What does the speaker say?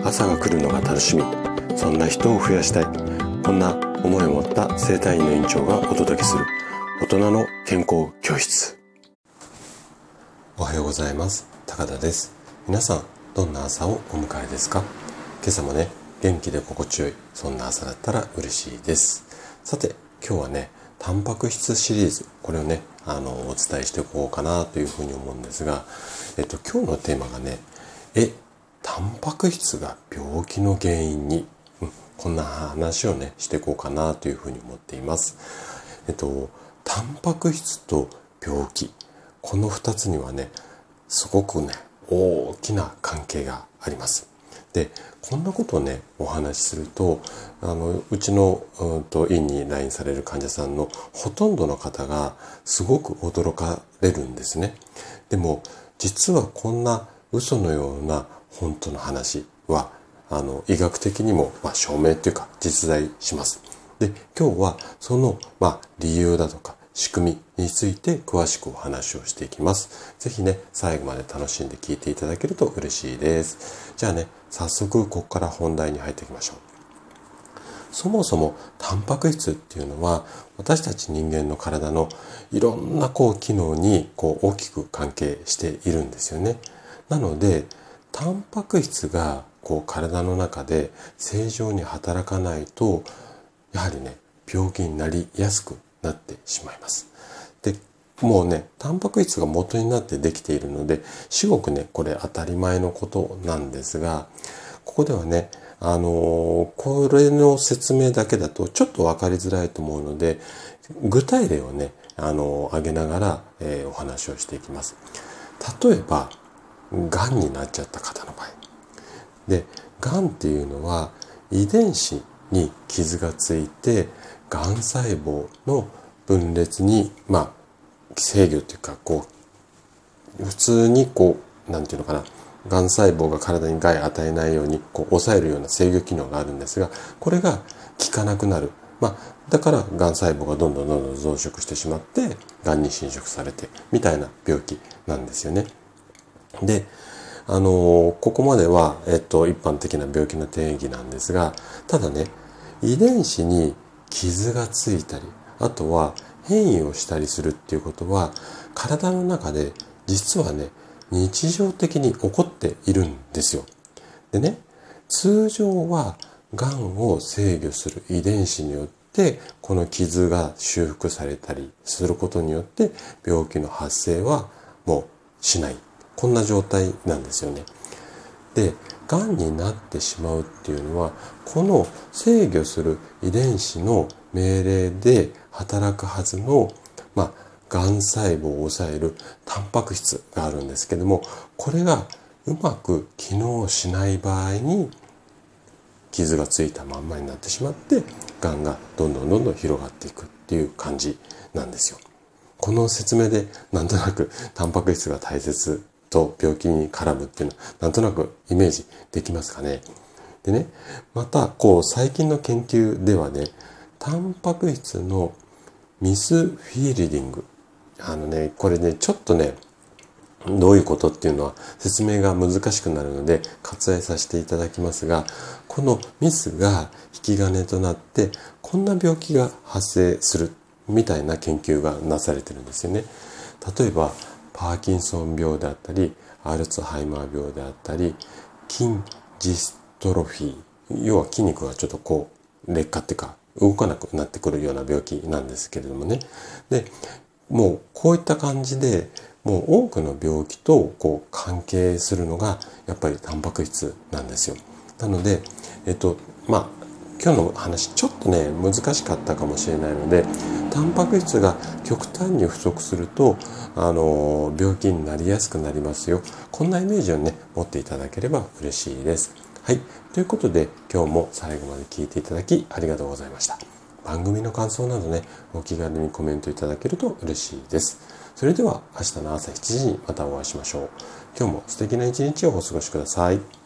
朝が来るのが楽しみ、そんな人を増やしたい、こんな思いを持った生体院の院長がお届けする大人の健康教室。おはようございます。高田です。皆さんどんな朝をお迎えですか？今朝もね、元気で心地よい、そんな朝だったら嬉しいです。さて、今日はね、タンパク質シリーズ、これをねお伝えしていこうかなというふうに思うんですが、今日のテーマがね、タンパク質が病気の原因に、こんな話をねしていこうかなというふうに思っています。タンパク質と病気、この2つにはね、すごくね大きな関係があります。で、こんなことをねお話しすると、うちの院に来院される患者さんのほとんどの方がすごく驚かれるんですね。でも実はこんな嘘のような本当の話は医学的にも証明というか実在します。で、今日はその理由だとか仕組みについて詳しくお話をしていきます。ぜひね、最後まで楽しんで聞いていただけると嬉しいです。じゃあね、早速ここから本題に入っていきましょう。そもそもタンパク質っていうのは私たち人間の体のいろんな機能に大きく関係しているんですよね。なのでタンパク質が体の中で正常に働かないと、やはりね病気になりやすくなってしまいます。で、もうねタンパク質が元になってできているので、至極ねこれ当たり前のことなんですが、ここではねこれの説明だけだとちょっと分かりづらいと思うので、具体例をね挙げながら、お話をしていきます。例えばがんになっちゃった方の場合で、がんっていうのは遺伝子に傷がついて、がん細胞の分裂に制御というか普通になんていうのかな、がん細胞が体に害を与えないように抑えるような制御機能があるんですが、これが効かなくなる。だからがん細胞がどんどん増殖してしまってがんに侵食されてみたいな病気なんですよね。で、ここまでは、一般的な病気の定義なんですが、ただね、遺伝子に傷がついたり、あとは変異をしたりするっていうことは、体の中で実はね、日常的に起こっているんですよ。でね、通常はがんを制御する遺伝子によって、この傷が修復されたりすることによって、病気の発生はもうしない。こんな状態なんですよね。で、がんになってしまうっていうのは、この制御する遺伝子の命令で働くはずの、がん細胞を抑えるタンパク質があるんですけども、これがうまく機能しない場合に傷がついたまんまになってしまって、がんがどんどん広がっていくっていう感じなんですよ。この説明でなんとなくタンパク質が大切と病気に絡むっていうのはなんとなくイメージできますかね。でね、また最近の研究ではね、タンパク質のミスフィールディング、これねちょっとねどういうことっていうのは説明が難しくなるので割愛させていただきますが、このミスが引き金となってこんな病気が発生するみたいな研究がなされてるんですよね。例えばパーキンソン病であったり、アルツハイマー病であったり、筋ジストロフィー、要は筋肉がちょっと劣化っていうか動かなくなってくるような病気なんですけれどもね。で、もうこういった感じで、もう多くの病気と関係するのがやっぱりタンパク質なんですよ。なので、今日の話ちょっとね難しかったかもしれないので、タンパク質が極端に不足すると病気になりやすくなりますよ。こんなイメージをね持っていただければ嬉しいです。はい、ということで今日も最後まで聞いていただきありがとうございました。番組の感想などねお気軽にコメントいただけると嬉しいです。それでは明日の朝7時にまたお会いしましょう。今日も素敵な一日をお過ごしください。